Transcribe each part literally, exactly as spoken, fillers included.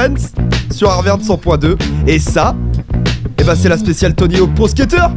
Everends sur Harvard cent point deux. Et ça, eh ben c'est la spéciale Tony Hawk Pro Skater.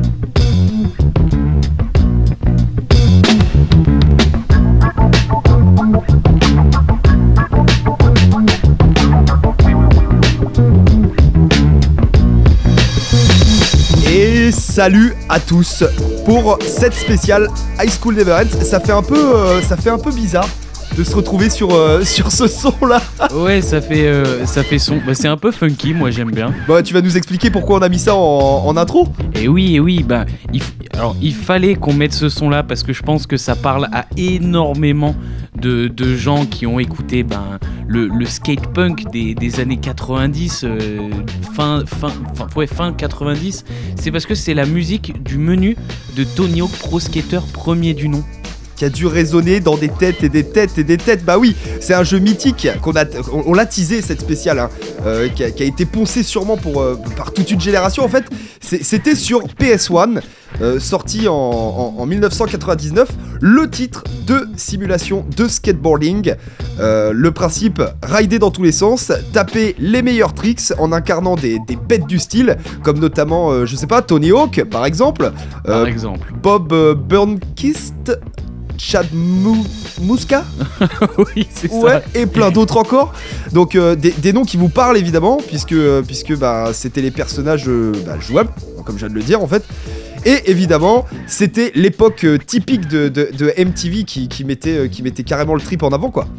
Et salut à tous pour cette spéciale High School Never Ends. Ça fait un peu, euh, ça fait un peu bizarre de se retrouver sur, euh, sur ce son-là. Ouais, ça fait, euh, ça fait son. Bah, c'est un peu funky, moi j'aime bien. Bah, tu vas nous expliquer pourquoi on a mis ça en, en intro. Et oui, et oui, bah, il, f... alors il fallait qu'on mette ce son-là parce que je pense que ça parle à énormément de, de gens qui ont écouté ben, le, le skate punk des, des années quatre-vingt-dix, euh, fin, fin, fin, ouais, fin quatre-vingt-dix. C'est parce que c'est la musique du menu de Tony Hawk Pro Skater premier du nom. Qui a dû résonner dans des têtes et des têtes et des têtes. Bah oui, c'est un jeu mythique qu'on a, on, on l'a teasé cette spéciale, hein, euh, qui, a, qui a été poncé sûrement pour, euh, par toute une génération. En fait, c'est, c'était sur P S un, euh, sorti en, en, en dix-neuf cent quatre-vingt-dix-neuf, le titre de simulation de skateboarding. Euh, le principe, rider dans tous les sens, taper les meilleurs tricks en incarnant des, des bêtes du style, comme notamment, euh, je sais pas, Tony Hawk par exemple. Par euh, exemple. Bob euh, Burnquist. Chad Mou- Muska. Oui, c'est ouais, ça. et plein d'autres encore. Donc euh, des, des noms qui vous parlent évidemment, puisque, euh, puisque bah, c'était les personnages euh, bah, jouables, comme je viens de le dire en fait. Et évidemment, c'était l'époque euh, typique de, de, de M T V qui, qui, mettait, euh, qui mettait carrément le trip en avant, quoi.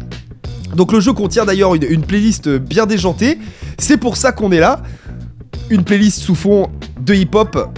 Donc le jeu contient d'ailleurs une, une playlist bien déjantée. C'est pour ça qu'on est là. Une playlist sous fond de hip-hop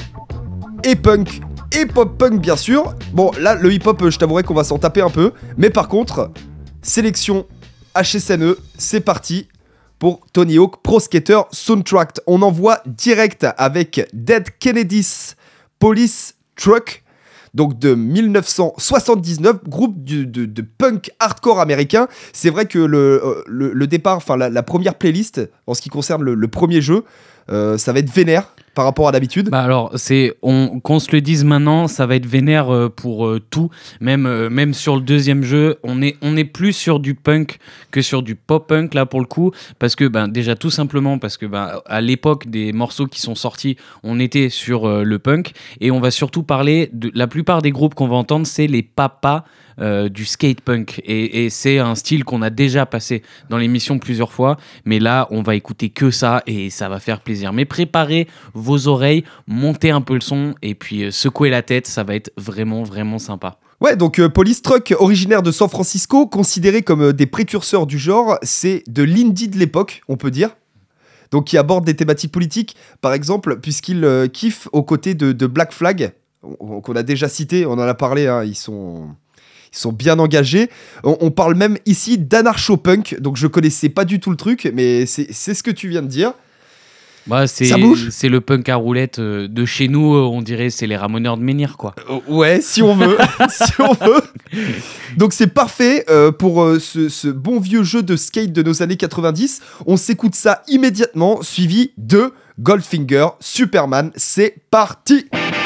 et punk. Et pop-punk bien sûr. Bon là le hip-hop je t'avouerai qu'on va s'en taper un peu. Mais par contre, sélection H S N E, c'est parti pour Tony Hawk Pro Skater Soundtrack. On envoie direct avec Dead Kennedys Police Truck. Donc de dix-neuf cent soixante-dix-neuf, groupe de, de, de punk hardcore américain. C'est vrai que le, euh, le, le départ, enfin la, la première playlist en ce qui concerne le, le premier jeu, euh, ça va être vénère par rapport à d'habitude. Bah alors, c'est, on, qu'on se le dise maintenant, ça va être vénère euh, pour euh, tout. Même, euh, même sur le deuxième jeu, on est, on est plus sur du punk que sur du pop-punk là pour le coup. Parce que ben, déjà tout simplement, parce que ben, à l'époque des morceaux qui sont sortis, on était sur euh, le punk. Et on va surtout parler, de la plupart des groupes qu'on va entendre, c'est les papas Euh, du skate punk et, et c'est un style qu'on a déjà passé dans l'émission plusieurs fois, mais là on va écouter que ça et ça va faire plaisir. Mais préparez vos oreilles, montez un peu le son et puis euh, secouez la tête, ça va être vraiment vraiment sympa. Ouais, donc euh, Police Truck, originaire de San Francisco, considéré comme euh, des précurseurs du genre, c'est de l'indie de l'époque, on peut dire. Donc qui aborde des thématiques politiques, par exemple, puisqu'il euh, kiffe aux côtés de, de Black Flag, qu'on a déjà cité, on en a parlé, hein, ils sont... Ils sont bien engagés. On, on parle même ici d'anarcho-punk. Donc je connaissais pas du tout le truc, mais c'est, c'est ce que tu viens de dire. Bah, c'est, Ça bouge. C'est le punk à roulette de chez nous, on dirait c'est les ramoneurs de menhir quoi. Euh, ouais, si on veut. si on veut. Donc c'est parfait euh, pour euh, ce, ce bon vieux jeu de skate de nos années quatre-vingt-dix. On s'écoute ça immédiatement, suivi de Goldfinger, Superman. C'est parti.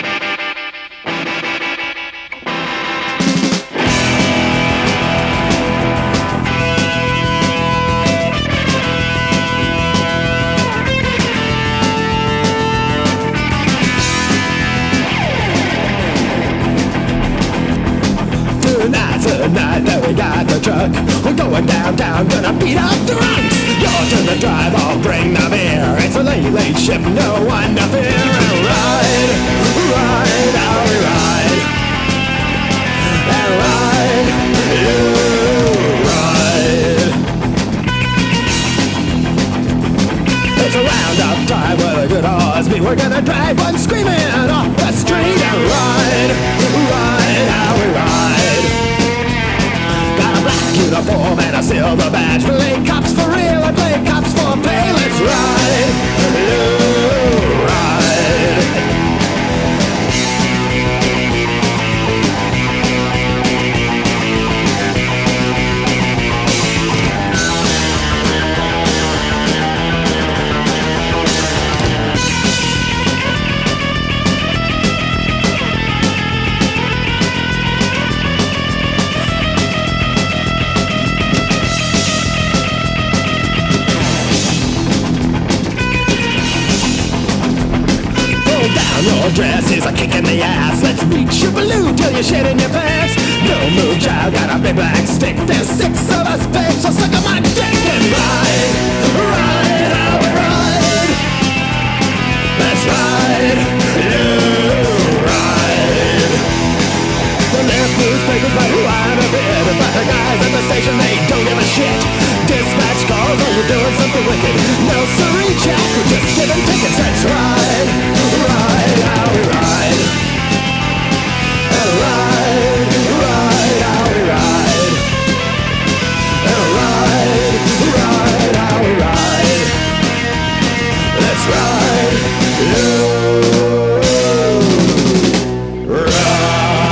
Tonight that we got the truck, we're going downtown, gonna beat up the runts. You're to the drive, I'll bring the beer. It's a late, late shift, no one to fear. And ride, ride, how we ride. And ride, you ride. It's a roundup drive with a good horse beat. We're gonna drive one screaming off the street. And ride, ride, how we ride. Uniform and a silver badge. Play cops for real and play cops for pay. Let's ride, you ride. dress is a kick in the ass. Let's beat your balloon till you're shitting your pants. No move, child, got a big black stick. There's six of us, babe, so suck on my dick and ride, ride, how we ride. Let's ride, you ride. The left newspapers might whine a bit, but the guys at the station, they don't give a shit. Dispatch calls, oh, you're doing something wicked. No siree, Jack, we're just giving tickets. Let's ride, ride, how we ride. And ride, ride, how we ride. And ride, ride, how we ride. Let's ride, you ride.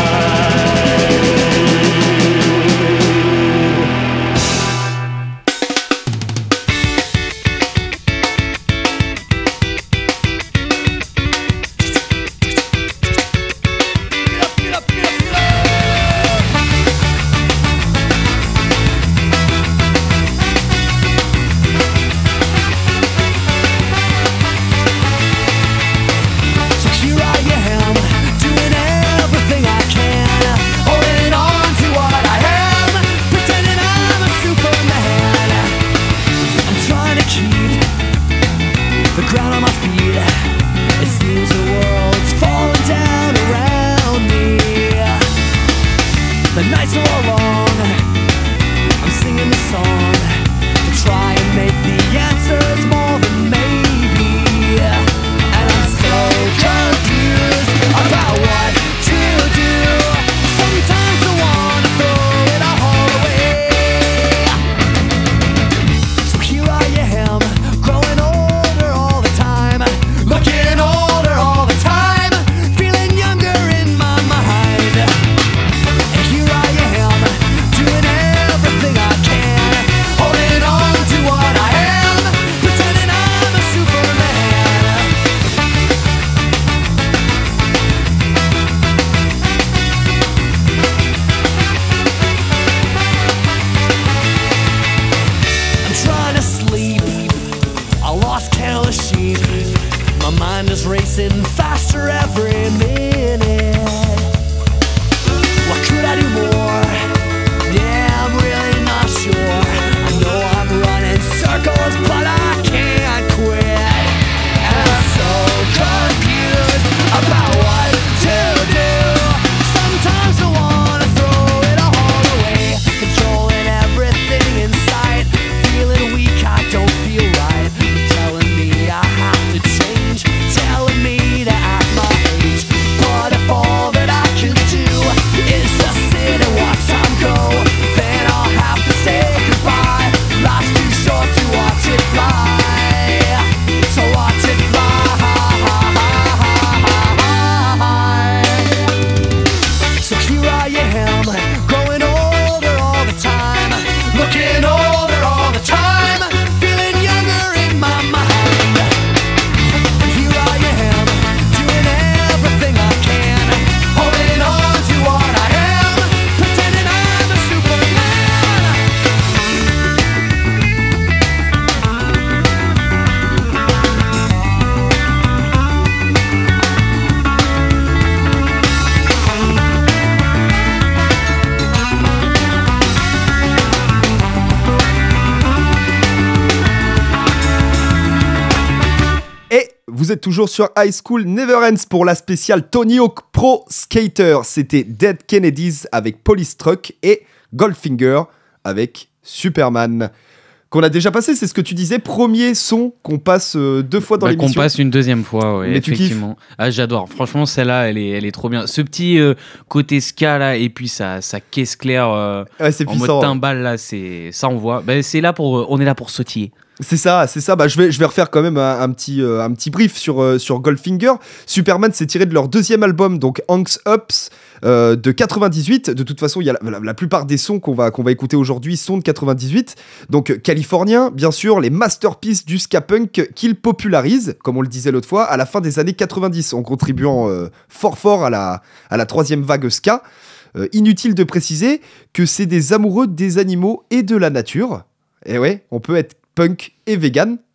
Vous êtes toujours sur High School Never Ends pour la spéciale Tony Hawk Pro Skater. C'était Dead Kennedys avec Police Truck et Goldfinger avec Superman. Qu'on a déjà passé, c'est ce que tu disais, premier son qu'on passe euh, deux fois dans bah, l'émission. Qu'on passe une deuxième fois, ouais, Mais effectivement. Ah, j'adore. Franchement, celle-là, elle est, elle est trop bien. Ce petit euh, côté ska là, et puis sa, sa caisse claire euh, ouais, c'est en puissant, mode timbale là, c'est ça on voit. Bah, c'est là pour, euh, on est là pour sautiller. C'est ça, c'est ça. Bah, je vais, je vais refaire quand même un, un petit, euh, un petit brief sur, euh, sur Goldfinger. Superman, c'est tiré de leur deuxième album, donc Hanks Ups, euh, de quatre-vingt-dix-huit. De toute façon, il y a la, la, la plupart des sons qu'on va, qu'on va écouter aujourd'hui sont de quatre-vingt-dix-huit. Donc, euh, californien, bien sûr, les masterpieces du ska punk qu'il popularise, comme on le disait l'autre fois, à la fin des années quatre-vingt-dix, en contribuant euh, fort fort à la, à la troisième vague ska. Euh, inutile de préciser que c'est des amoureux des animaux et de la nature. Et ouais, on peut être punk et vegan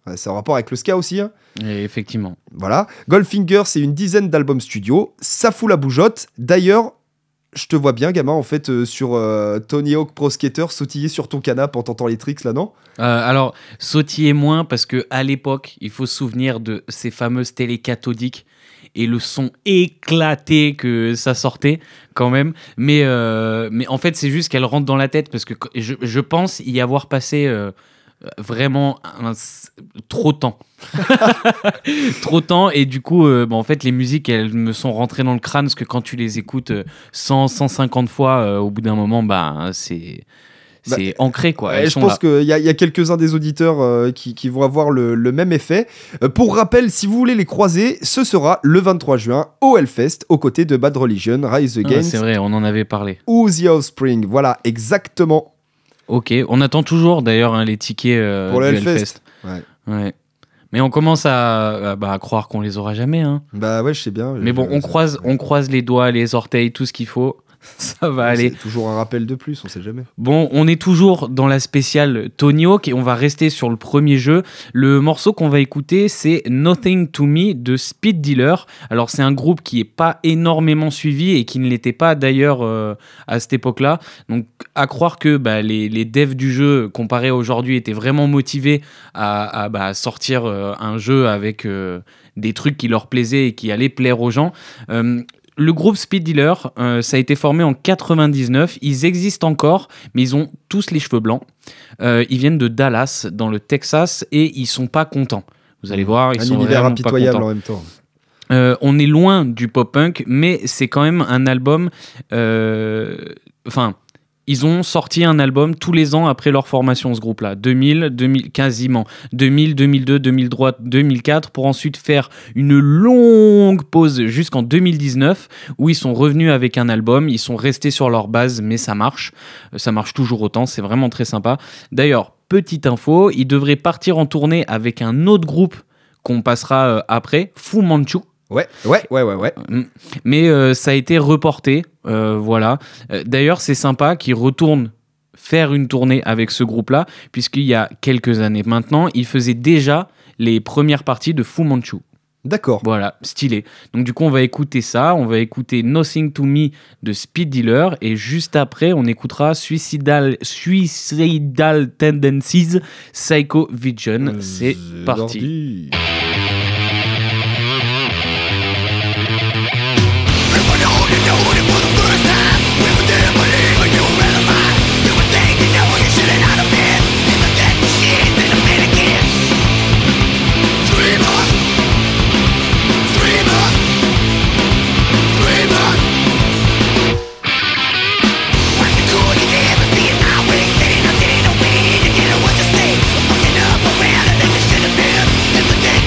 Ouais, c'est en rapport avec le ska aussi. Hein. Et effectivement. Voilà. Goldfinger, c'est une dizaine d'albums studio. Ça fout la bougeotte. D'ailleurs, je te vois bien, gamin, en fait, euh, sur euh, Tony Hawk Pro Skater, sautiller sur ton canapé en tentant les tricks, là, non? Euh, alors, sautiller moins, parce que à l'époque, il faut se souvenir de ces fameuses télé cathodiques et le son éclaté que ça sortait quand même. Mais, euh, mais en fait, c'est juste qu'elle rentre dans la tête, parce que je, je pense y avoir passé euh, vraiment un, trop de temps. trop de temps, et du coup, euh, bon, en fait, les musiques, elles me sont rentrées dans le crâne, parce que quand tu les écoutes cent, cent cinquante fois, euh, au bout d'un moment, bah, c'est... C'est bah, ancré, quoi. Euh, je pense qu'il y, y a quelques-uns des auditeurs euh, qui, qui vont avoir le, le même effet. Euh, pour rappel, si vous voulez les croiser, ce sera le vingt-trois juin au Hellfest, aux côtés de Bad Religion, Rise Against. Ah, c'est vrai, on en avait parlé. Ou The Offspring. Voilà, exactement. Ok, on attend toujours d'ailleurs hein, les tickets euh, pour le du Hellfest. Hellfest. Ouais. Ouais. Mais on commence à, à, bah, à croire qu'on les aura jamais. Hein. Bah ouais, je sais bien. Mais bon, on croise, on croise les doigts, les orteils, tout ce qu'il faut. Ça va aller. C'est toujours un rappel de plus, on sait jamais. Bon, on est toujours dans la spéciale Tony Hawk et on va rester sur le premier jeu. Le morceau qu'on va écouter, c'est Nothing to Me de Speed Dealer. Alors, c'est un groupe qui n'est pas énormément suivi et qui ne l'était pas d'ailleurs euh, à cette époque-là. Donc, à croire que bah, les, les devs du jeu, comparé à aujourd'hui, étaient vraiment motivés à, à bah, sortir euh, un jeu avec euh, des trucs qui leur plaisaient et qui allaient plaire aux gens. Euh, Le groupe Speed Dealer, euh, ça a été formé en quatre-vingt-dix-neuf. Ils existent encore, mais ils ont tous les cheveux blancs. Euh, ils viennent de Dallas, dans le Texas, et ils sont pas contents. Vous allez voir, ils un sont univers vraiment impitoyable pas contents. en même temps. Euh, on est loin du pop-punk, mais c'est quand même un album... Euh, enfin... Ils ont sorti un album tous les ans après leur formation, ce groupe-là. deux mille, deux mille, quasiment. deux mille, deux mille deux, deux mille trois, deux mille quatre, pour ensuite faire une longue pause jusqu'en deux mille dix-neuf, où ils sont revenus avec un album. Ils sont restés sur leur base, mais ça marche. Ça marche toujours autant, c'est vraiment très sympa. D'ailleurs, petite info, ils devraient partir en tournée avec un autre groupe qu'on passera euh, après, Fu Manchu. Ouais, ouais, ouais, ouais, ouais. Mais euh, ça a été reporté, euh, voilà. Euh, d'ailleurs, c'est sympa qu'ils retournent faire une tournée avec ce groupe-là, puisqu'il y a quelques années maintenant, ils faisaient déjà les premières parties de Fu Manchu. D'accord. Voilà, stylé. Donc du coup, on va écouter ça, on va écouter Nothing to Me de Speed Dealer, et juste après, on écoutera Suicidal, Suicidal Tendencies, Psycho Vision. Euh, c'est parti. Ordi. It's a game.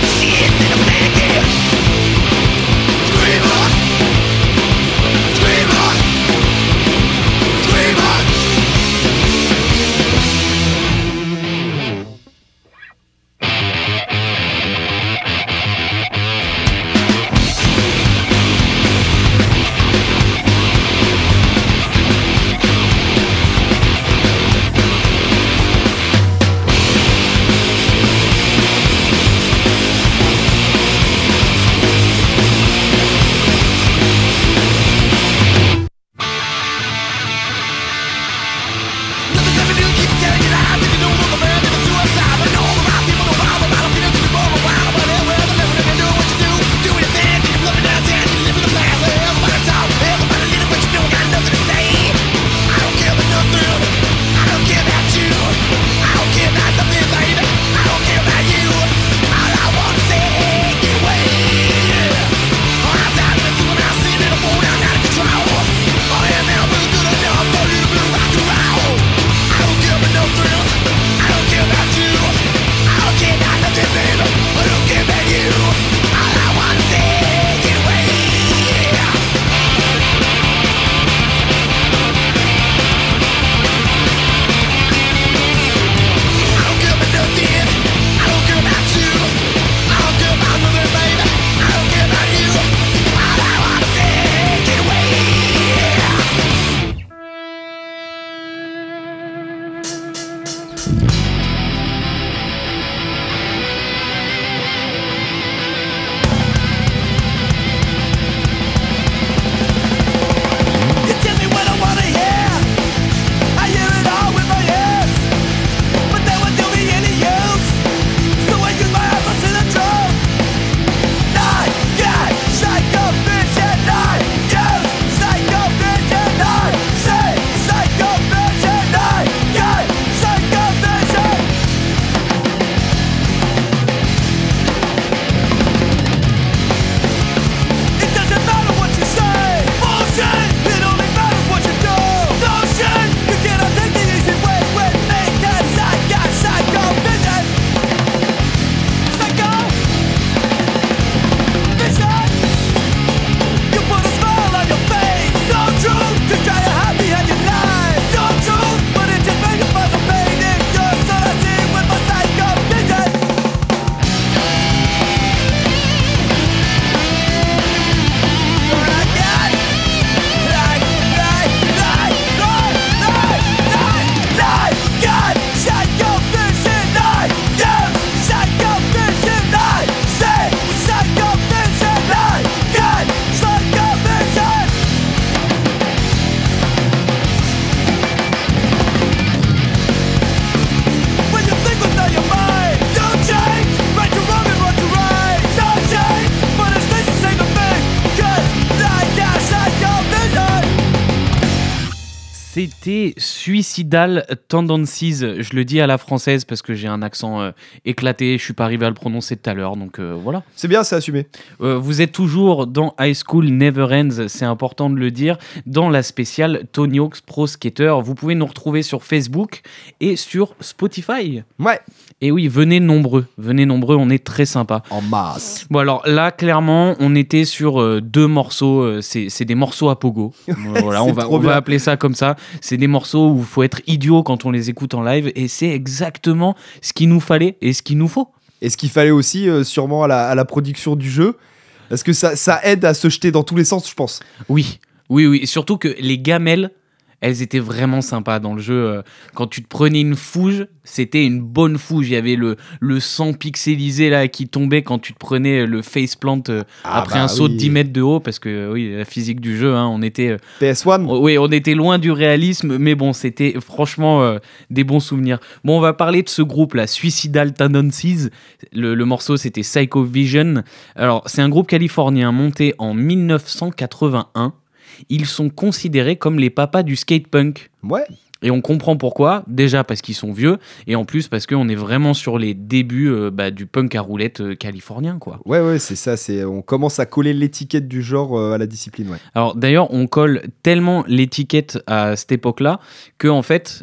C'était Suicidal Tendencies. Je le dis à la française parce que j'ai un accent euh, éclaté. Je suis pas arrivé à le prononcer tout à l'heure, donc euh, voilà. C'est bien, c'est assumé. Euh, vous êtes toujours dans High School Never Ends, c'est important de le dire, dans la spéciale Tony Hawk's Pro Skater. Vous pouvez nous retrouver sur Facebook et sur Spotify. Ouais. Et oui, venez nombreux, venez nombreux, on est très sympa. En masse. Bon alors là, clairement, on était sur euh, deux morceaux, euh, c'est, c'est des morceaux à pogo. Euh, voilà, on, va, trop on bien. va appeler ça comme ça. C'est des morceaux où il faut être idiot quand on les écoute en live et c'est exactement ce qu'il nous fallait et ce qu'il nous faut. Et ce qu'il fallait aussi, euh, sûrement, à la, à la production du jeu. Parce que ça, ça aide à se jeter dans tous les sens, je pense. Oui, oui, oui. Surtout que les gamelles, elles étaient vraiment sympas dans le jeu. Euh, Quand tu te prenais une fouge, c'était une bonne fouge. Il y avait le, le sang pixelisé là, qui tombait quand tu te prenais le faceplant euh, Ah après bah un saut oui. de dix mètres de haut. Parce que oui, la physique du jeu, hein, on était... euh, P S un. Oh, oui, on était loin du réalisme, mais bon, c'était franchement euh, des bons souvenirs. Bon, on va parler de ce groupe-là, Suicidal Tendencies. Le, le morceau, c'était Psycho Vision. Alors, c'est un groupe californien monté en dix-neuf cent quatre-vingt-un. Ils sont considérés comme les papas du skatepunk. Ouais. Et on comprend pourquoi, déjà parce qu'ils sont vieux, et en plus parce qu'on est vraiment sur les débuts euh, bah, du punk à roulettes euh, californien, quoi. Ouais, ouais, c'est ça. C'est, on commence à coller l'étiquette du genre euh, à la discipline, ouais. Alors d'ailleurs, on colle tellement l'étiquette à cette époque-là que en fait,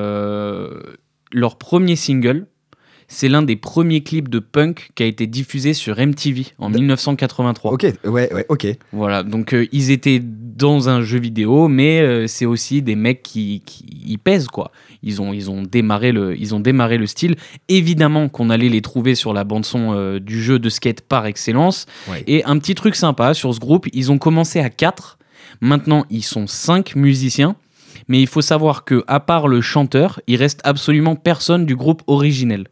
euh, leur premier single, c'est l'un des premiers clips de punk qui a été diffusé sur M T V en dix-neuf cent quatre-vingt-trois. Ok, ouais, ouais, ok. Voilà, donc euh, ils étaient dans un jeu vidéo, mais euh, c'est aussi des mecs qui, qui y pèsent, quoi. Ils ont, ils, ont démarré le, ils ont démarré le style. Évidemment qu'on allait les trouver sur la bande-son euh, du jeu de skate par excellence. Ouais. Et un petit truc sympa sur ce groupe, ils ont commencé à quatre. Maintenant, ils sont cinq musiciens. Mais il faut savoir que à part le chanteur, il reste absolument personne du groupe originel.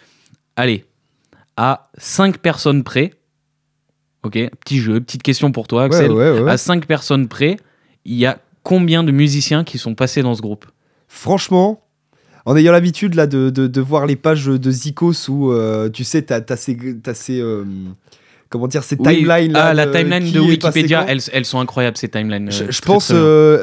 Allez, à cinq personnes près, ok, petit jeu, petite question pour toi, Axel. Ouais, ouais, ouais. À cinq personnes près, il y a combien de musiciens qui sont passés dans ce groupe ? Franchement, en ayant l'habitude là de, de, de voir les pages de Zikos où euh, tu sais, t'as, t'as ces, t'as ces euh, comment dire, ces Oui, timelines là. ah, la de- timeline qui de est passé Wikipédia, quand. elles, elles sont incroyables ces timelines. Je, euh, je très, pense, très bien. euh,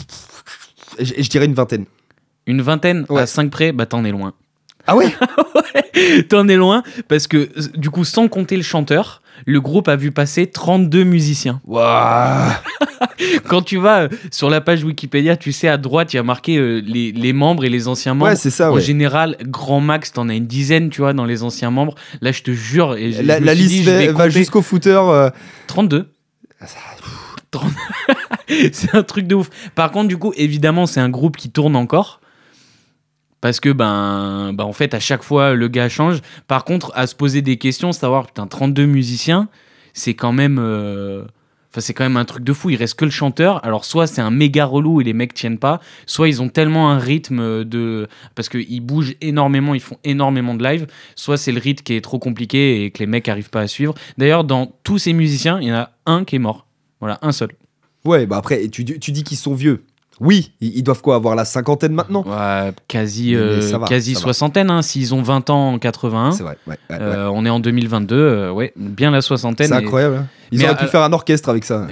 je, je dirais une vingtaine. Une vingtaine Ouais. à cinq près, bah t'en es loin. Ah ouais. T'en es loin parce que du coup, sans compter le chanteur, le groupe a vu passer trente-deux musiciens. Waouh. Quand tu vas euh, sur la page Wikipédia, tu sais, à droite, il y a marqué euh, les, les membres et les anciens membres. Ouais, c'est ça. En Ouais. général, grand max, t'en as une dizaine, tu vois, dans les anciens membres. Là, je te jure, et je- La, je me la suis liste dit, je vais va, va compter jusqu'au footer. euh, trente-deux. trente C'est un truc de ouf. Par contre, du coup, évidemment, c'est un groupe qui tourne encore. Parce que, ben, ben, en fait, à chaque fois, le gars change. Par contre, à se poser des questions, savoir, putain, trente-deux musiciens, c'est quand même... euh, Enfin, c'est quand même un truc de fou. Il reste que le chanteur. Alors, soit c'est un méga relou et les mecs tiennent pas, soit ils ont tellement un rythme de... Parce qu'ils bougent énormément, ils font énormément de live. Soit c'est le rythme qui est trop compliqué et que les mecs arrivent pas à suivre. D'ailleurs, dans tous ces musiciens, il y en a un qui est mort. Voilà, un seul. Ouais, bah après, tu, tu dis qu'ils sont vieux. Oui, ils, ils doivent quoi avoir la cinquantaine maintenant. Ouais, quasi, Mais- mais euh, ça va, quasi ça va. soixantaine. Hein. S'ils ont vingt ans en quatre-vingt-un, C'est vrai. Ouais, ouais, ouais. euh, on est en deux mille vingt-deux. euh, ouais, bien la soixantaine. C'est et- incroyable. Hein. Ils Mais auraient pu à- faire un orchestre avec ça.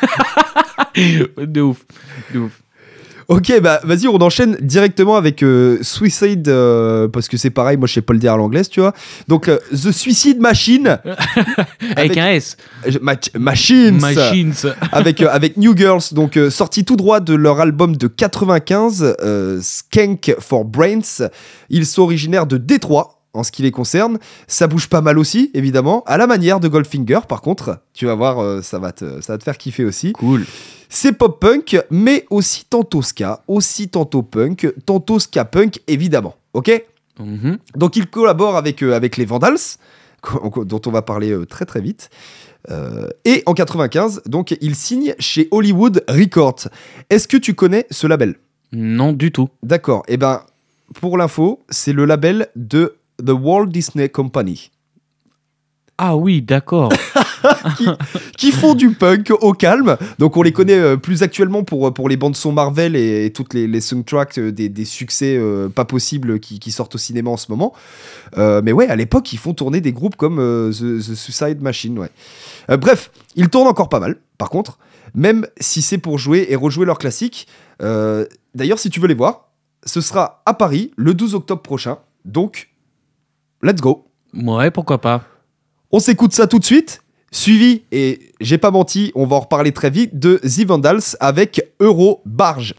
de ouf, de ouf. Ok, bah vas-y, on enchaîne directement avec euh, Suicide, euh, parce que c'est pareil, moi je sais pas le dire à l'anglaise, tu vois. Donc, euh, The Suicide Machine. Avec, Avec- un S. Euh, Mach- Machines. Machines. avec, euh, avec New Girls, donc euh, sorti tout droit de leur album de quatre-vingt-quinze, euh, Skank for Brains. Ils sont originaires de Détroit. En ce qui les concerne, ça bouge pas mal aussi, évidemment, à la manière de Goldfinger. Par contre, tu vas voir, euh, ça va te, ça va te faire kiffer aussi. Cool. C'est pop-punk, mais aussi tantôt ska, aussi tantôt punk, tantôt ska-punk, évidemment. Ok ? Mhm. Donc ils collaborent avec, euh, avec les Vandals, co- dont on va parler euh, très très vite. Euh, et en quatre-vingt-quinze, donc ils signent chez Hollywood Records. Est-ce que tu connais ce label ? Non, du tout. D'accord. Eh ben, pour l'info, c'est le label de The Walt Disney Company, Ah oui, d'accord. qui font du punk au calme. Donc on les connaît euh, plus actuellement pour, pour les bandes-son Marvel et, et toutes les, les soundtracks euh, des, des succès euh, pas possibles qui, qui sortent au cinéma en ce moment. Euh, mais ouais, à l'époque, ils font tourner des groupes comme euh, The, The Suicide Machine. Ouais. Euh, bref, ils tournent encore pas mal, par contre. Même si c'est pour jouer et rejouer leurs classiques, euh, d'ailleurs, si tu veux les voir, ce sera à Paris le douze octobre prochain. Donc, let's go. Ouais, pourquoi pas. On s'écoute ça tout de suite. Suivi, et j'ai pas menti, on va en reparler très vite, de The Vandals avec Euro Barge.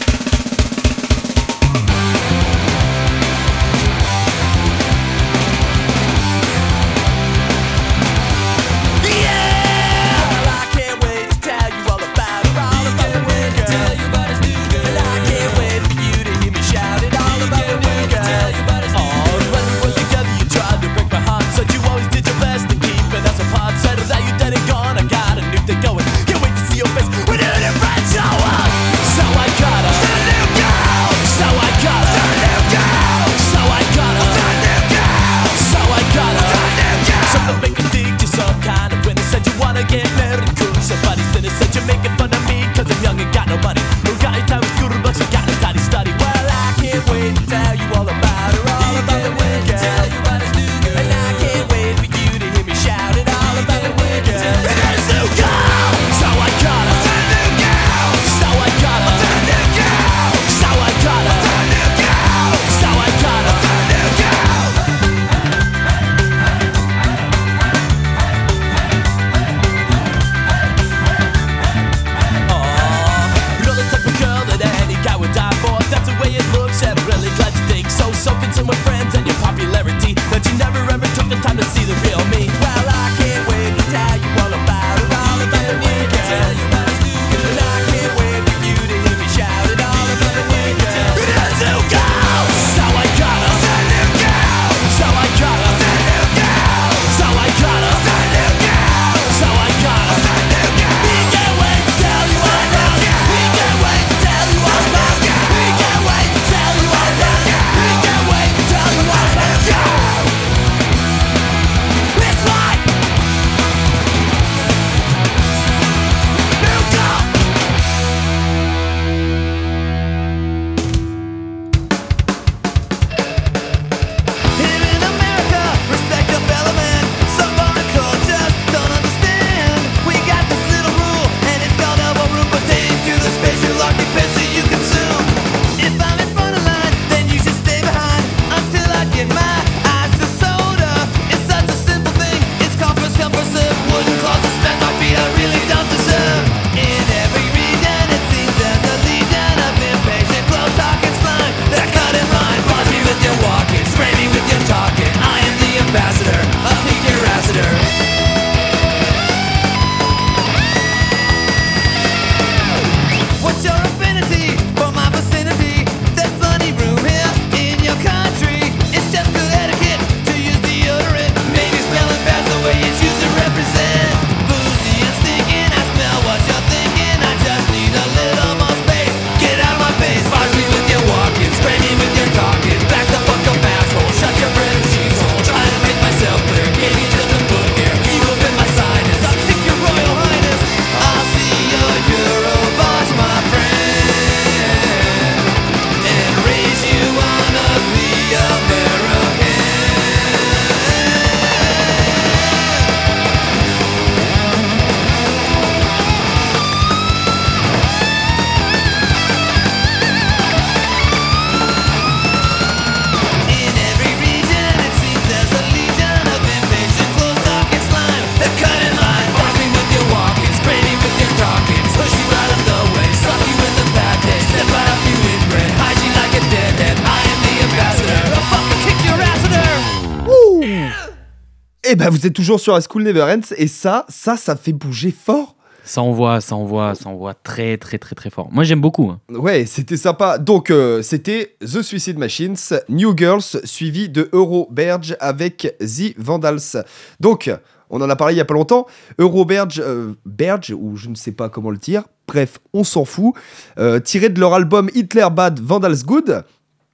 Et bah vous êtes toujours sur A School Never Ends et ça, ça, ça fait bouger fort. Ça envoie, ça envoie, ça envoie très, très, très, très fort. Moi, j'aime beaucoup. Hein. Ouais, c'était sympa. Donc, euh, c'était The Suicide Machines, New Girls, suivi de Euroberge avec The Vandals. Donc, on en a parlé il y a pas longtemps. Euroberge, euh, Berge, ou je ne sais pas comment le dire. Bref, on s'en fout. Euh, tiré de leur album Hitler Bad, Vandals Good.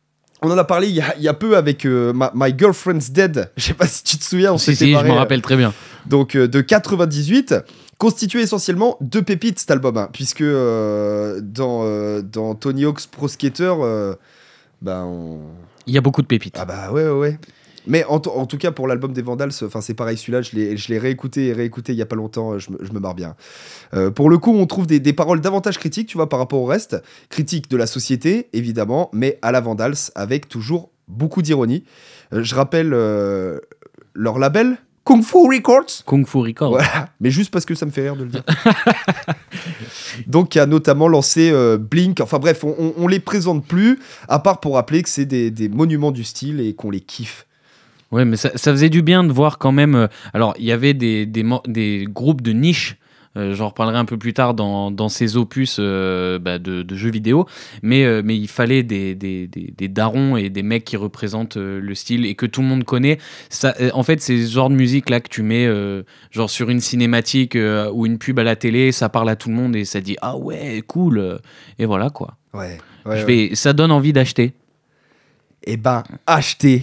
On en a parlé il y a, il y a peu avec euh, My, My Girlfriend's Dead. Je sais pas si tu te souviens. On si, s'était si, barré, je m'en rappelle très bien. Donc, euh, de quatre-vingt-dix-huit. Constitué essentiellement de pépites cet album, hein, puisque euh, dans, euh, dans Tony Hawk's Pro Skater, euh, bah on... il y a beaucoup de pépites. Ah bah ouais, ouais, ouais. Mais en, t- en tout cas, pour l'album des Vandals, enfin c'est pareil, celui-là, je l'ai, je l'ai réécouté et réécouté il y a pas longtemps, je me, je me marre bien. Euh, pour le coup, on trouve des, des paroles davantage critiques, tu vois, par rapport au reste. Critiques de la société, évidemment, mais à la Vandals, avec toujours beaucoup d'ironie. Euh, je rappelle euh, leur label, Kung Fu Records. Kung Fu Records. Voilà, mais juste parce que ça me fait rire de le dire. Donc, qui a notamment lancé euh, Blink. Enfin bref, on, on, on les présente plus, à part pour rappeler que c'est des, des monuments du style et qu'on les kiffe. Ouais, mais ça, ça faisait du bien de voir quand même. euh, alors, il y avait des, des, mo- des groupes de niche. euh, J'en reparlerai un peu plus tard dans, dans ces opus euh, bah, de, de jeux vidéo. Mais, euh, mais il fallait des, des, des, des darons et des mecs qui représentent euh, le style et que tout le monde connaît. Ça, euh, en fait, c'est ce genre de musique là que tu mets euh, genre sur une cinématique euh, ou une pub à la télé. Ça parle à tout le monde et ça dit ah ouais, cool. euh, Et voilà quoi. Ouais, ouais, Je ouais. vais, ça donne envie d'acheter. Eh ben, achetez.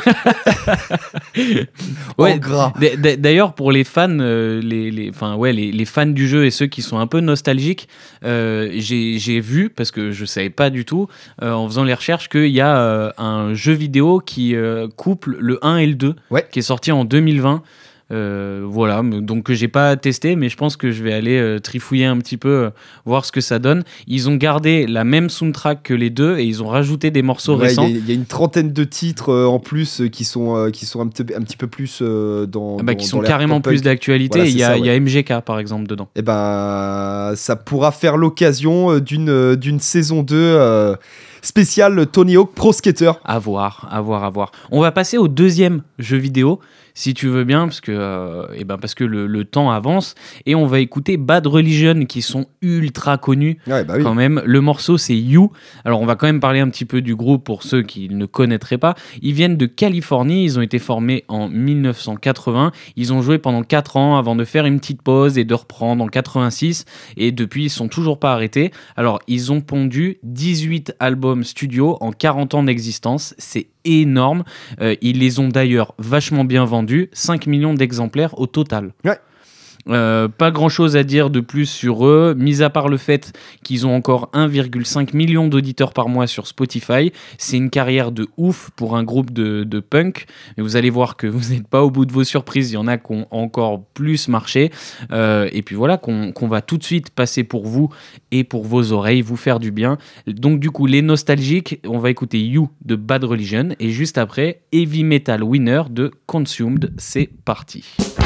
Ouais, En gras. d- d- D'ailleurs, pour les fans, euh, les, les, enfin, ouais, les, les fans du jeu et ceux qui sont un peu nostalgiques, euh, j'ai j'ai vu, parce que je ne savais pas du tout, euh, en faisant les recherches, qu'il y a euh, un jeu vidéo qui euh, couple le un et le deux, Ouais. qui est sorti en deux mille vingt. Euh, voilà, m- donc que j'ai pas testé, mais je pense que je vais aller euh, trifouiller un petit peu, euh, voir ce que ça donne. Ils ont gardé la même soundtrack que les deux et ils ont rajouté des morceaux Ouais, récents. Il y, a- il y a une trentaine de titres euh, en plus euh, qui sont, euh, qui sont un, petit, un petit peu plus euh, dans. Ah bah, dans- qui dans sont l'air carrément pop-punk. plus d'actualité. Voilà, Il y, c'est a- ça, il y a ouais. M G K par exemple dedans. Eh ben, ça pourra faire l'occasion euh, d'une, euh, d'une saison deux euh, spéciale Tony Hawk Pro Skater. À voir, à voir, à voir. On va passer au deuxième jeu vidéo, si tu veux bien, parce que, euh, eh ben parce que le, le temps avance, et on va écouter Bad Religion, qui sont ultra connus Ouais, bah oui. quand même. Le morceau, c'est You. Alors, on va quand même parler un petit peu du groupe pour ceux qui ne connaîtraient pas. Ils viennent de Californie, ils ont été formés en mille neuf cent quatre-vingts. Ils ont joué pendant quatre ans avant de faire une petite pause et de reprendre en quatre-vingt-six, et depuis, ils sont toujours pas arrêtés. Alors, ils ont pondu dix-huit albums studio en quarante ans d'existence. C'est énorme. Euh, ils les ont d'ailleurs vachement bien vendus, cinq millions d'exemplaires au total. Ouais. Euh, pas grand chose à dire de plus sur eux, mis à part le fait qu'ils ont encore un virgule cinq million d'auditeurs par mois sur Spotify. C'est une carrière de ouf pour un groupe de, de punk, mais vous allez voir que vous n'êtes pas au bout de vos surprises, il y en a qui ont encore plus marché. Euh, et puis voilà, qu'on, qu'on va tout de suite passer pour vous et pour vos oreilles, vous faire du bien. Donc du coup, les nostalgiques, on va écouter You de Bad Religion, et juste après, Heavy Metal Winner de Consumed. C'est parti.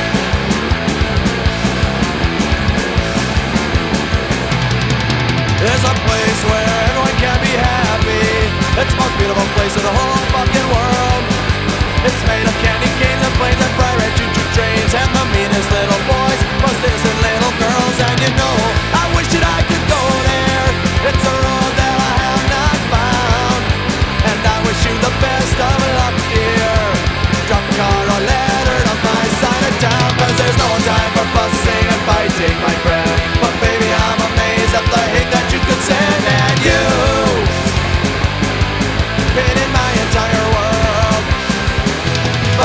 There's a place where everyone can be happy. It's the most beautiful place in the whole fucking world. It's made of candy canes and planes and bright red choo-choo trains and the meanest little boys, most innocent little girls. And you know, I wish that I could go there. It's a road that I have not found, and I wish you the best of luck, dear. Drop a card or letter on my side of town, 'cause there's no time for fussing and fighting, my friend. But baby, I'm amazed at the hate that you could send. And you been in my entire world,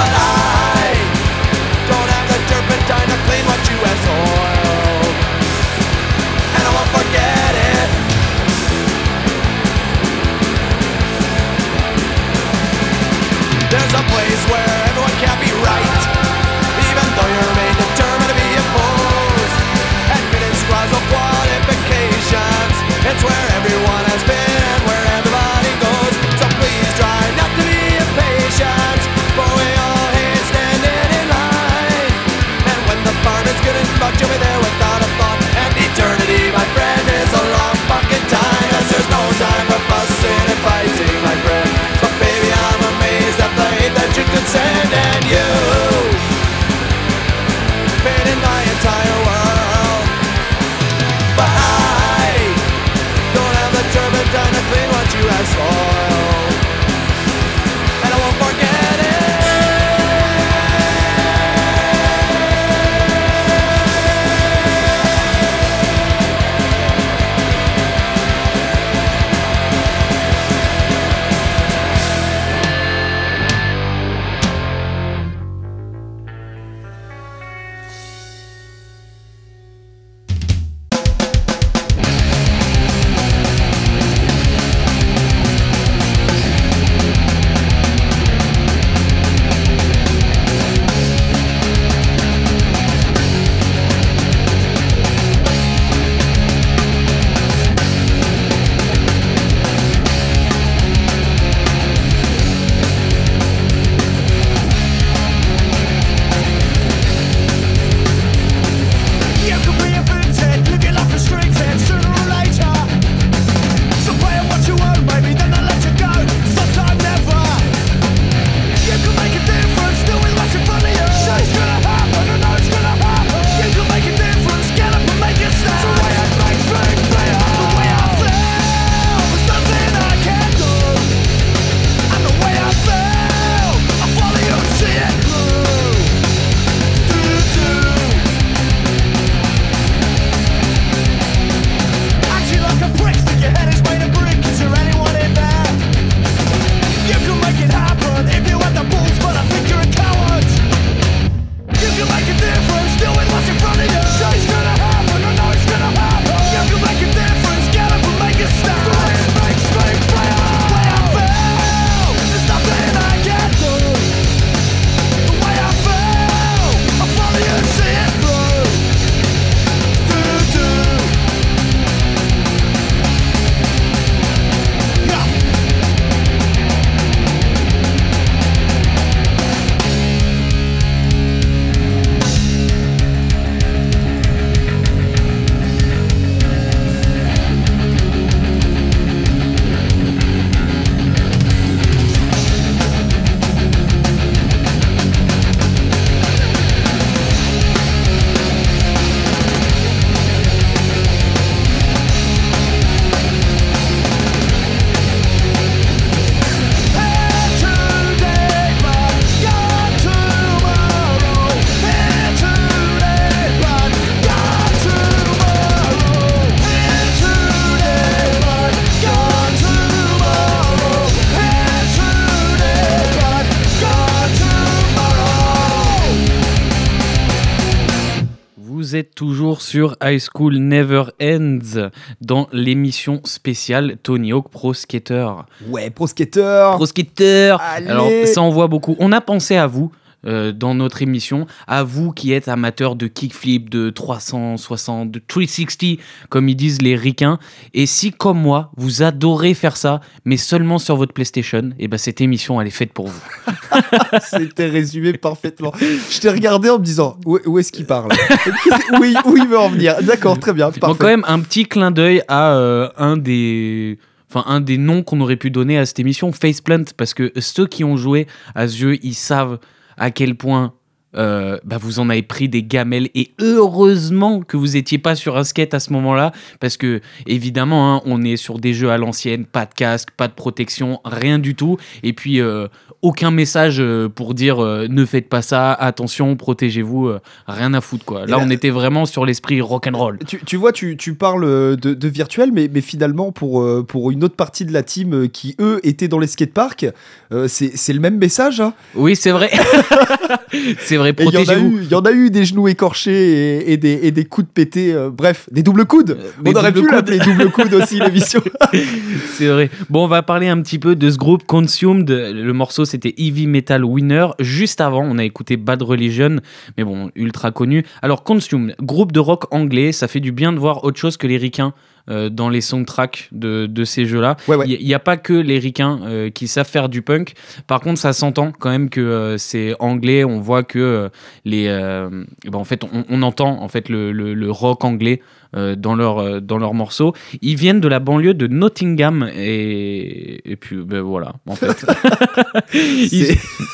Vous êtes toujours sur High School Never Ends dans l'émission spéciale Tony Hawk Pro Skater. Ouais, Pro Skater. Pro Skater. Allez. Alors ça on voit beaucoup. On a pensé à vous. Euh, dans notre émission, à vous qui êtes amateurs de kickflip, de trois cent soixante, de trois cent soixante, comme ils disent les ricains, et si comme moi, vous adorez faire ça, mais seulement sur votre PlayStation, et ben cette émission, elle est faite pour vous. C'était résumé parfaitement. Je t'ai regardé en me disant, où, où est-ce qu'il parle où, il, où il veut en venir. D'accord, très bien, parfait. Bon, quand même, un petit clin d'œil à euh, un des... Enfin, un des noms qu'on aurait pu donner à cette émission, Faceplant, parce que ceux qui ont joué à ce jeu, ils savent à quel point euh, bah vous en avez pris des gamelles, et heureusement que vous étiez pas sur un skate à ce moment-là, parce que évidemment hein, on est sur des jeux à l'ancienne, pas de casque, pas de protection, rien du tout, et puis euh, aucun message euh, pour dire euh, ne faites pas ça, attention, protégez-vous, euh, rien à foutre quoi. Là, là on était vraiment sur l'esprit rock'n'roll. Tu, tu vois, tu, tu parles de, de virtuel, mais, mais finalement pour, euh, pour une autre partie de la team euh, qui eux étaient dans les skateparks, euh, c'est, c'est le même message hein. Oui, c'est vrai. C'est vrai, protégez-vous. Il y en a eu des genoux écorchés et, et, des, et des coudes pétés, euh, bref, des doubles coudes. Euh, on aurait pu l'appeler double coude aussi l'émission. C'est vrai. Bon, on va parler un petit peu de ce groupe Consumed. Le morceau c'était Heavy Metal Winner. Juste avant, on a écouté Bad Religion, mais bon, ultra connu. Alors Consumed, groupe de rock anglais, ça fait du bien de voir autre chose que les ricains euh, dans les soundtracks de, de ces jeux-là. Il ouais, ouais. n'y a pas que les ricains euh, qui savent faire du punk. Par contre, ça s'entend quand même que euh, c'est anglais. On voit que euh, les, euh, ben en fait, on, on entend en fait le, le, le rock anglais euh, dans leurs euh, dans leurs morceaux. Ils viennent de la banlieue de Nottingham et et puis ben voilà. En fait, ils...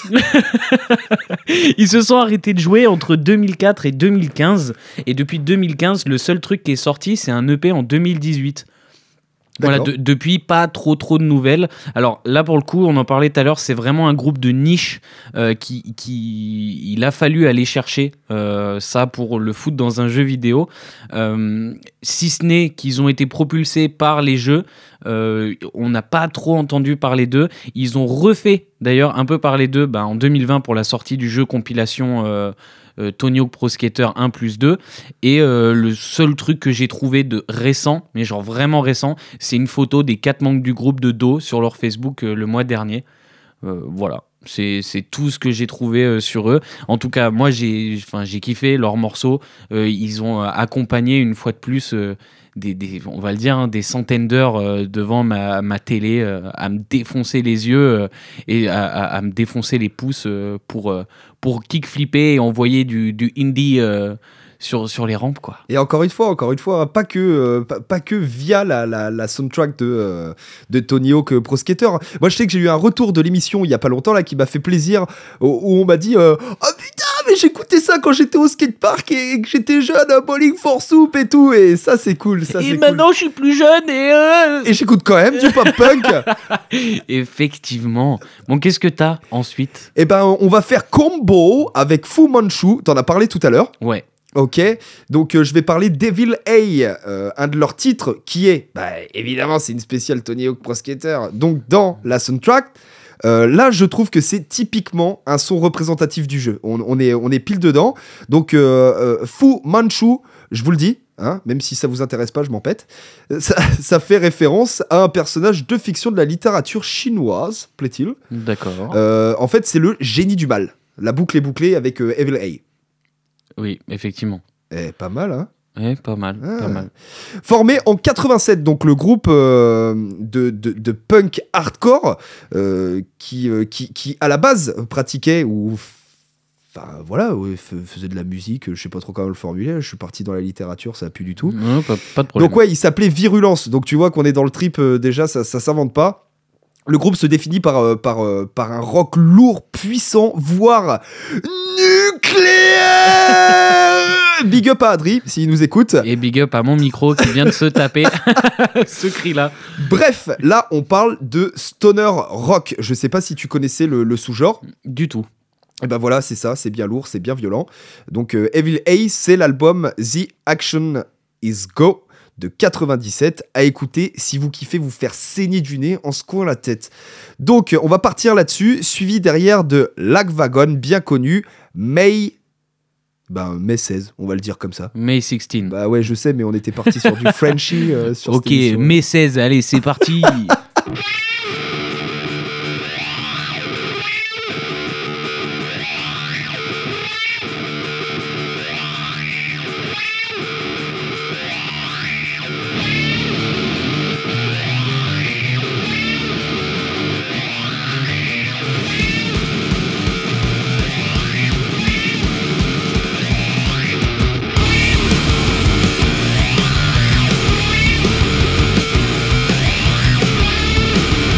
ils se sont arrêtés de jouer entre deux mille quatre et deux mille quinze, et depuis deux mille quinze, le seul truc qui est sorti, c'est un E P en deux mille dix-huit. Voilà, de, depuis, pas trop trop de nouvelles. Alors là, pour le coup, on en parlait tout à l'heure, c'est vraiment un groupe de niche euh, qui, qui, il a fallu aller chercher euh, ça pour le foutre dans un jeu vidéo. Euh, si ce n'est qu'ils ont été propulsés par les jeux, euh, on n'a pas trop entendu parler d'eux. Ils ont refait d'ailleurs un peu parler d'eux bah, en deux mille vingt pour la sortie du jeu compilation euh, Euh, Tony Hawk Pro Skater un plus deux, et euh, le seul truc que j'ai trouvé de récent, mais genre vraiment récent, c'est une photo des quatre membres du groupe de dos sur leur Facebook euh, le mois dernier. Euh, voilà, c'est, c'est tout ce que j'ai trouvé euh, sur eux. En tout cas, moi j'ai, j'ai kiffé leurs morceaux. Euh, ils ont euh, accompagné une fois de plus euh, Des, des, on va le dire, hein, des centaines d'heures euh, devant ma, ma télé euh, à me défoncer les yeux euh, et à, à, à me défoncer les pouces euh, pour, euh, pour kickflipper et envoyer du, du indie euh, sur, sur les rampes, quoi. Et encore une fois, encore une fois, pas que, euh, pas, pas que via la, la, la soundtrack de, euh, de Tony Hawk Pro Skater. Moi, je sais que j'ai eu un retour de l'émission il y a pas longtemps là qui m'a fait plaisir, où, où on m'a dit euh, oh putain, mais j'écoutais ça quand j'étais au skatepark et que j'étais jeune à Bowling for Soup et tout, et ça c'est cool. Ça, et c'est maintenant cool. Je suis plus jeune et euh... et j'écoute quand même du pop punk. Effectivement. Bon, qu'est-ce que t'as ensuite? Eh ben, on va faire combo avec Fu Manchu. T'en as parlé tout à l'heure. Ouais. Ok, donc euh, je vais parler Devil A, euh, un de leurs titres qui est, bah, évidemment c'est une spéciale Tony Hawk Pro Skater, donc dans la soundtrack. Euh, là, je trouve que c'est typiquement un son représentatif du jeu. On, on, est, on est pile dedans. Donc, euh, euh, Fu Manchu, je vous le dis, hein, même si ça vous intéresse pas, je m'en pète. Ça, ça fait référence à un personnage de fiction de la littérature chinoise, plaît-il. D'accord. Euh, en fait, c'est le génie du mal. La boucle est bouclée avec euh, Evil A. Oui, effectivement. Eh, pas mal, hein. Ouais, pas mal, ah. pas mal. Formé en quatre-vingt-sept, donc le groupe euh, de, de, de punk hardcore euh, qui, euh, qui, qui, à la base, pratiquait ou... Enfin, voilà, ouais, faisait de la musique, je sais pas trop comment le formuler, je suis parti dans la littérature, ça a plus du tout. Non, pas, pas de problème. Donc ouais, il s'appelait Virulence, donc tu vois qu'on est dans le trip, euh, déjà, ça, ça s'invente pas. Le groupe se définit par, euh, par, euh, par un rock lourd, puissant, voire nucléaire. Big up à Adri, s'il nous écoute. Et big up à mon micro qui vient de se taper ce cri-là. Bref, là, on parle de stoner rock. Je sais pas si tu connaissais le, le sous-genre. Du tout. Et ben voilà, c'est ça, c'est bien lourd, c'est bien violent. Donc, euh, Evil A, c'est l'album The Action Is Go de quatre-vingt-dix-sept, à écouter si vous kiffez vous faire saigner du nez en secouant la tête. Donc on va partir là-dessus, suivi derrière de Lagwagon, bien connu, May Ben, mai seize, on va le dire comme ça. May seize. Bah ouais, je sais, mais on était parti sur du Frenchie. euh, sur Ok, cette émission. mai seize, allez, c'est parti. Right.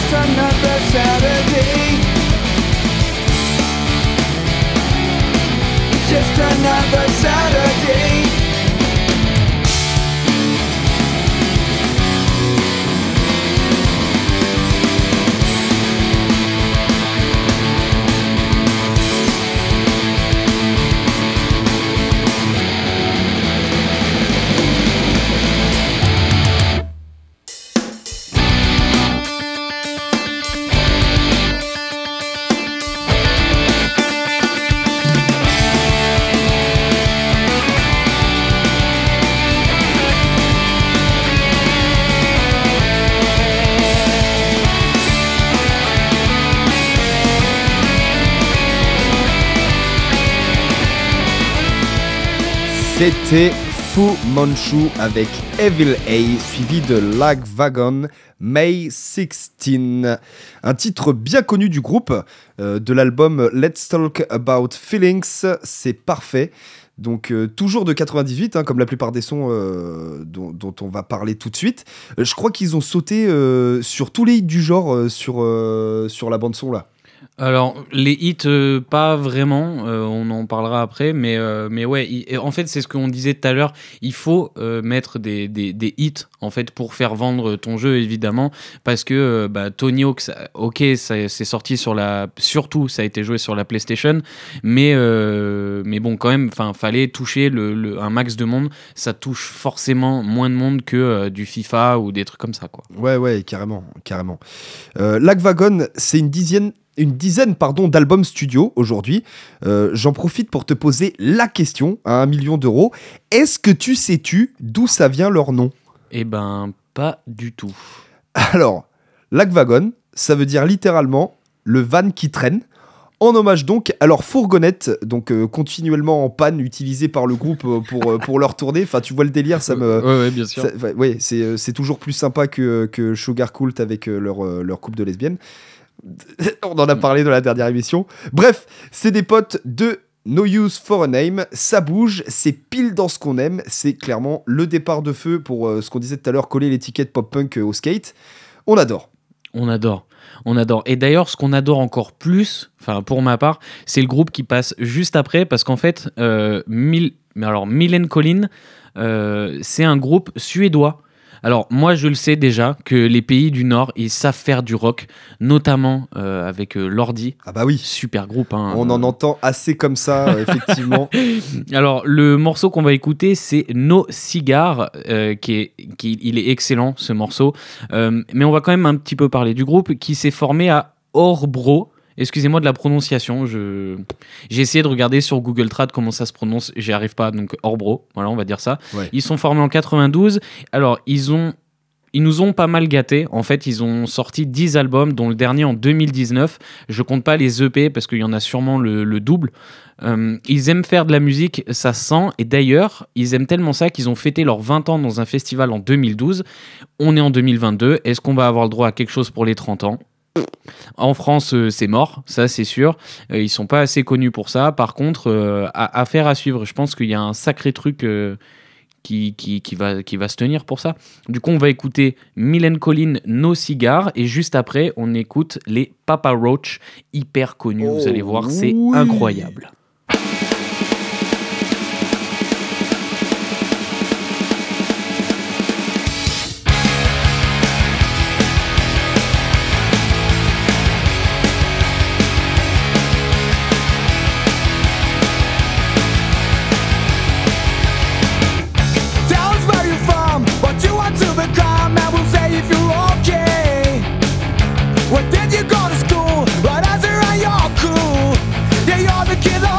Just another Saturday. Just another Saturday. C'était Fu Manchu avec Evil A, suivi de Lagwagon, May sixteen. Un titre bien connu du groupe, euh, de l'album Let's Talk About Feelings, c'est parfait. Donc euh, toujours de quatre-vingt-dix-huit, hein, comme la plupart des sons euh, dont, dont on va parler tout de suite. Euh, je crois qu'ils ont sauté euh, sur tous les hits du genre euh, sur, euh, sur la bande-son là. Alors, les hits, euh, pas vraiment, euh, on en parlera après, mais, euh, mais ouais, il, en fait, c'est ce qu'on disait tout à l'heure, il faut euh, mettre des, des, des hits, en fait, pour faire vendre ton jeu, évidemment, parce que euh, bah, Tony Hawk, ça, ok, ça, c'est sorti sur la... Surtout, ça a été joué sur la PlayStation, mais, euh, mais bon, quand même, fallait toucher le, le, un max de monde, ça touche forcément moins de monde que euh, du FIFA ou des trucs comme ça, quoi. Ouais, ouais, carrément, carrément. Euh, Lagwagon, c'est une dizaine... Une dizaine pardon, d'albums studio aujourd'hui. Euh, j'en profite pour te poser la question à un million d'euros. Est-ce que tu sais-tu d'où ça vient leur nom ? Eh ben, pas du tout. Alors, Lagwagon, ça veut dire littéralement le van qui traîne. En hommage donc à leur fourgonnette, donc euh, continuellement en panne, utilisée par le groupe euh, pour, euh, pour leur tournée. Enfin, tu vois le délire, ça me... Ouais, ouais, bien sûr. Ça, ouais, ouais, c'est, euh, c'est toujours plus sympa que, que Sugar Cult avec euh, leur, euh, leur couple de lesbiennes. On en a parlé dans la dernière émission. Bref, c'est des potes de No Use for a Name. Ça bouge, c'est pile dans ce qu'on aime. C'est clairement le départ de feu pour euh, ce qu'on disait tout à l'heure, coller l'étiquette pop-punk euh, au skate. On adore. On adore. On adore. Et d'ailleurs, ce qu'on adore encore plus, enfin pour ma part, c'est le groupe qui passe juste après, parce qu'en fait, euh, Mil- alors Millencolin, euh, c'est un groupe suédois. Alors moi je le sais déjà que les pays du Nord ils savent faire du rock, notamment euh, avec euh, Lordi. Ah bah oui. Super groupe. Hein, On euh... en entend assez comme ça euh, effectivement. Alors le morceau qu'on va écouter c'est No Cigar, euh, qui est qui il est excellent ce morceau. Euh, mais on va quand même un petit peu parler du groupe qui s'est formé à Örebro. Excusez-moi de la prononciation, je... j'ai essayé de regarder sur Google Trad comment ça se prononce, j'y arrive pas, donc Örebro, voilà, on va dire ça. Ouais. Ils sont formés en quatre-vingt-douze, alors ils ont... Ils nous ont pas mal gâtés. En fait, ils ont sorti dix albums, dont le dernier en deux mille dix-neuf. Je compte pas les E P parce qu'il y en a sûrement le, le double. Euh, ils aiment faire de la musique, ça se sent. Et d'ailleurs, ils aiment tellement ça qu'ils ont fêté leurs vingt ans dans un festival en deux mille douze. On est en deux mille vingt-deux. Est-ce qu'on va avoir le droit à quelque chose pour les trente ans ? En France, euh, c'est mort, ça c'est sûr. Euh, ils sont pas assez connus pour ça. Par contre, euh, à, affaire à suivre. Je pense qu'il y a un sacré truc euh, qui, qui, qui, va, qui va se tenir pour ça. Du coup, on va écouter Millencolin No Cigar et juste après, on écoute les Papa Roach, hyper connus. Oh, vous allez voir, c'est oui. incroyable. Where did you go to school? What else are you all cool? Yeah, you're the kid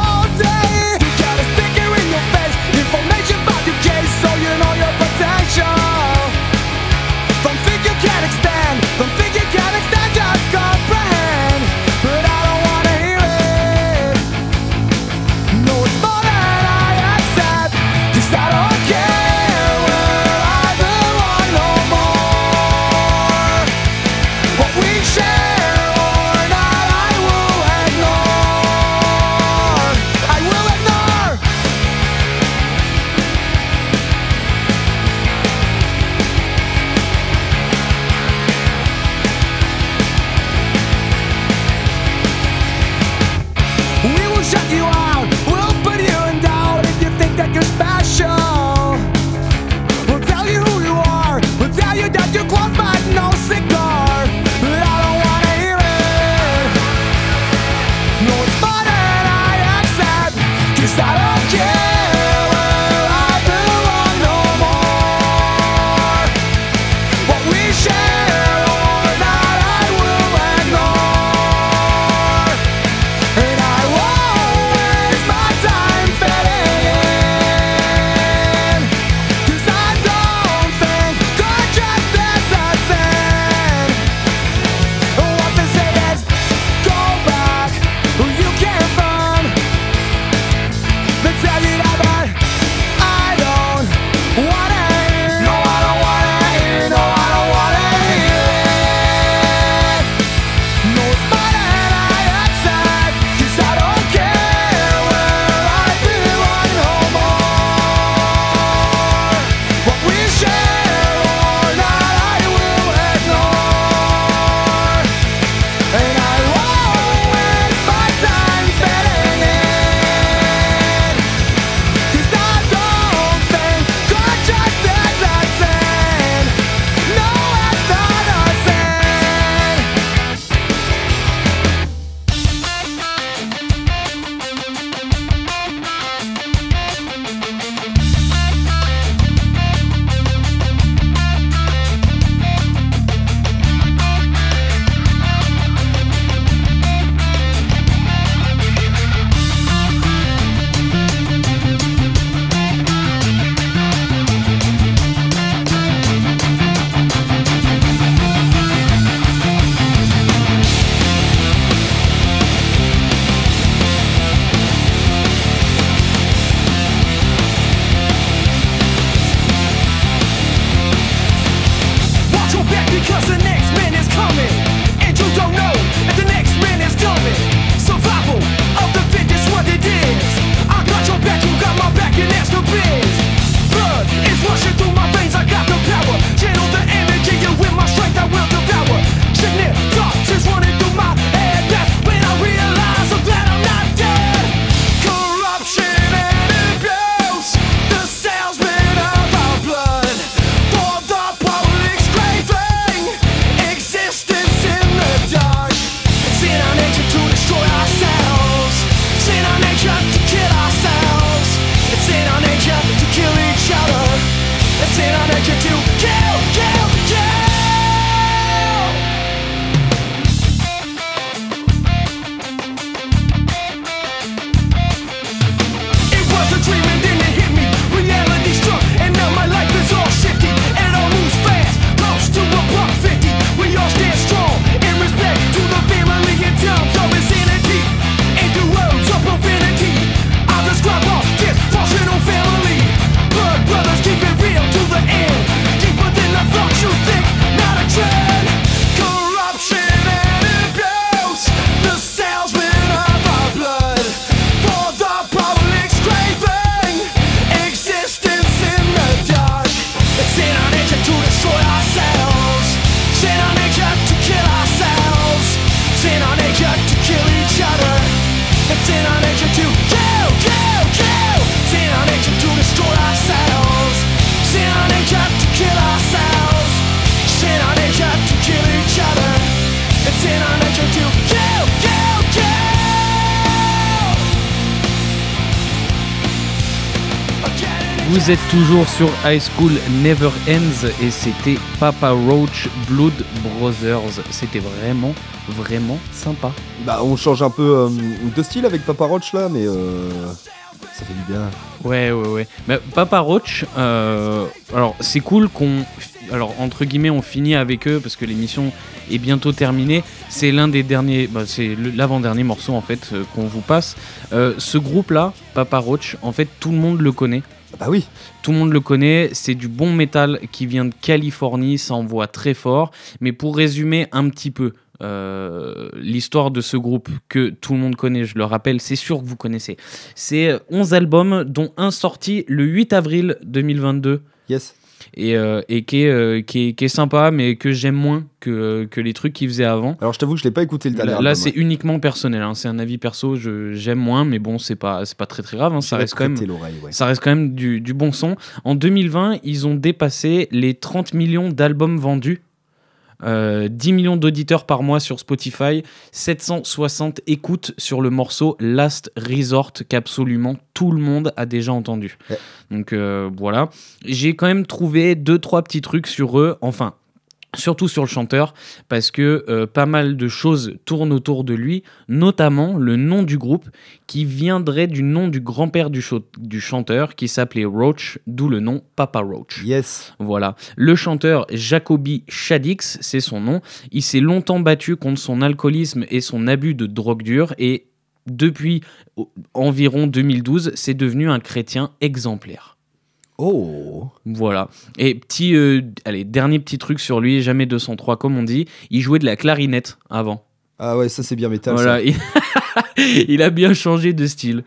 Vous êtes toujours sur High School Never Ends et c'était Papa Roach Blood Brothers. C'était vraiment, vraiment sympa. Bah, on change un peu euh, de style avec Papa Roach là, mais euh, ça fait du bien. Ouais, ouais, ouais. Mais Papa Roach, euh, alors c'est cool qu'on. Alors, entre guillemets, on finit avec eux parce que l'émission est bientôt terminée. C'est l'un des derniers. Bah, c'est le, l'avant-dernier morceau en fait euh, qu'on vous passe. Euh, ce groupe-là, Papa Roach, en fait, tout le monde le connaît. Bah oui. Tout le monde le connaît, c'est du bon métal qui vient de Californie, ça envoie très fort. Mais pour résumer un petit peu euh, l'histoire de ce groupe que tout le monde connaît, je le rappelle, c'est sûr que vous connaissez. C'est onze albums, dont un sorti le huit avril deux mille vingt-deux. Yes. Et, euh, et qui, est, euh, qui, est, qui est sympa, mais que j'aime moins que, que les trucs qu'ils faisaient avant. Alors je t'avoue que je l'ai pas écouté le dernier Là, album. là c'est uniquement personnel, hein. C'est un avis perso, je, j'aime moins, mais bon, c'est pas, c'est pas très très grave, hein. Ça, reste quand même, ouais. ça reste quand même du, du bon son. En deux mille vingt, ils ont dépassé les trente millions d'albums vendus. Euh, dix millions d'auditeurs par mois sur Spotify, sept cent soixante écoutes sur le morceau Last Resort qu'absolument tout le monde a déjà entendu. Ouais. Donc euh, voilà, j'ai quand même trouvé deux trois petits trucs sur eux, enfin surtout sur le chanteur, parce que euh, pas mal de choses tournent autour de lui, notamment le nom du groupe qui viendrait du nom du grand-père du, cho- du chanteur qui s'appelait Roach, d'où le nom Papa Roach. Yes. Voilà. Le chanteur Jacoby Shaddix, c'est son nom. Il s'est longtemps battu contre son alcoolisme et son abus de drogue dure et depuis environ deux mille douze, c'est devenu un chrétien exemplaire. Oh. Voilà. Et petit, euh, allez, dernier petit truc sur lui, jamais deux cent trois comme on dit, il jouait de la clarinette avant. Ah ouais, ça c'est bien métal. Voilà. Ça. Il... il a bien changé de style.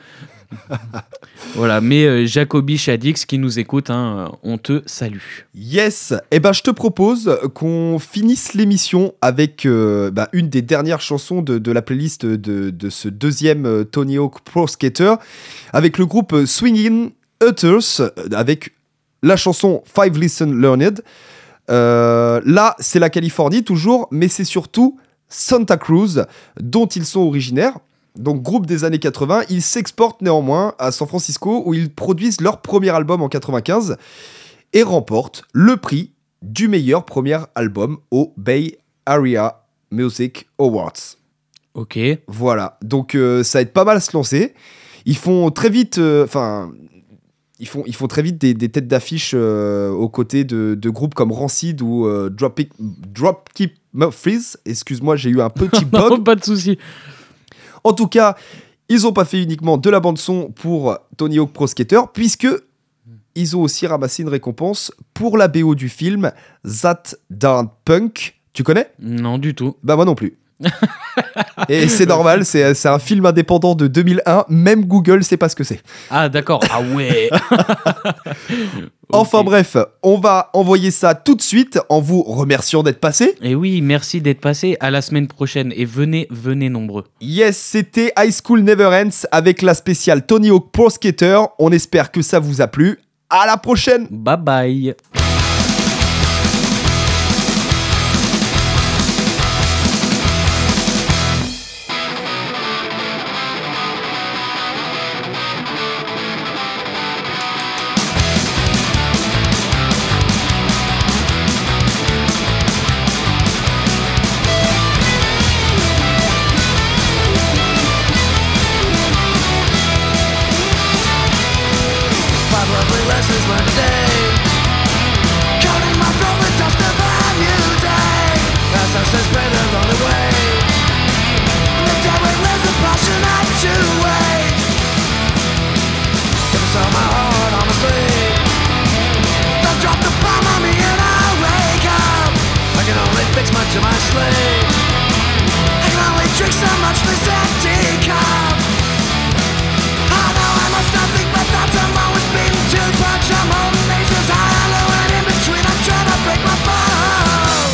Voilà, mais euh, Jacoby Shaddix qui nous écoute, hein, on te salue. Yes. Et ben je te propose qu'on finisse l'émission avec euh, bah, une des dernières chansons de, de la playlist de, de ce deuxième euh, Tony Hawk Pro Skater, avec le groupe euh, Swingin' Utters, euh, avec la chanson Five Lessons Learned. Euh, là, c'est la Californie toujours, mais c'est surtout Santa Cruz dont ils sont originaires. Donc groupe des années quatre-vingts, ils s'exportent néanmoins à San Francisco où ils produisent leur premier album en quatre-vingt-quinze et remportent le prix du meilleur premier album au Bay Area Music Awards. Ok. Voilà, donc euh, ça aide pas mal à se lancer. Ils font très vite, enfin, euh, ils font ils font très vite des, des têtes d'affiche euh, aux côtés de, de groupes comme Rancid ou euh, Dropkick Dropkick Murphys. Excuse-moi, j'ai eu un petit bug. Non, pas de souci. En tout cas, ils n'ont pas fait uniquement de la bande-son pour Tony Hawk Pro Skater, puisque ils ont aussi ramassé une récompense pour la B O du film That Darn Punk. Tu connais ? Non, du tout. Bah moi non plus. Et c'est normal, c'est, c'est un film indépendant de deux mille un, même Google sait pas ce que c'est. Ah d'accord, ah ouais. Enfin Ok. bref, on va envoyer ça tout de suite en vous remerciant d'être passé. Et oui, merci d'être passé. À la semaine prochaine et venez, venez nombreux. Yes, c'était High School Never Ends avec la spéciale Tony Hawk Pro Skater. On espère que ça vous a plu. À la prochaine. Bye bye. Five lovely lessons learned today. Coating my throat with dust of a new day. As I said, spread along the way. The devil lives a passion up to wait. If I saw my heart on my sleeve, they'll drop the bomb on me and I'll wake up. I can only fix much of my sleep. I can only drink so much this empty cup. I know I must not think, but that's I'm always beating too much. I'm holding mazes high, I low, and in between I'm trying to break my fall.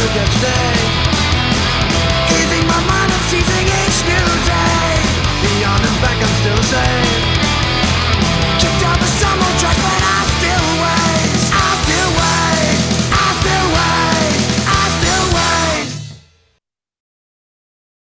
can stay.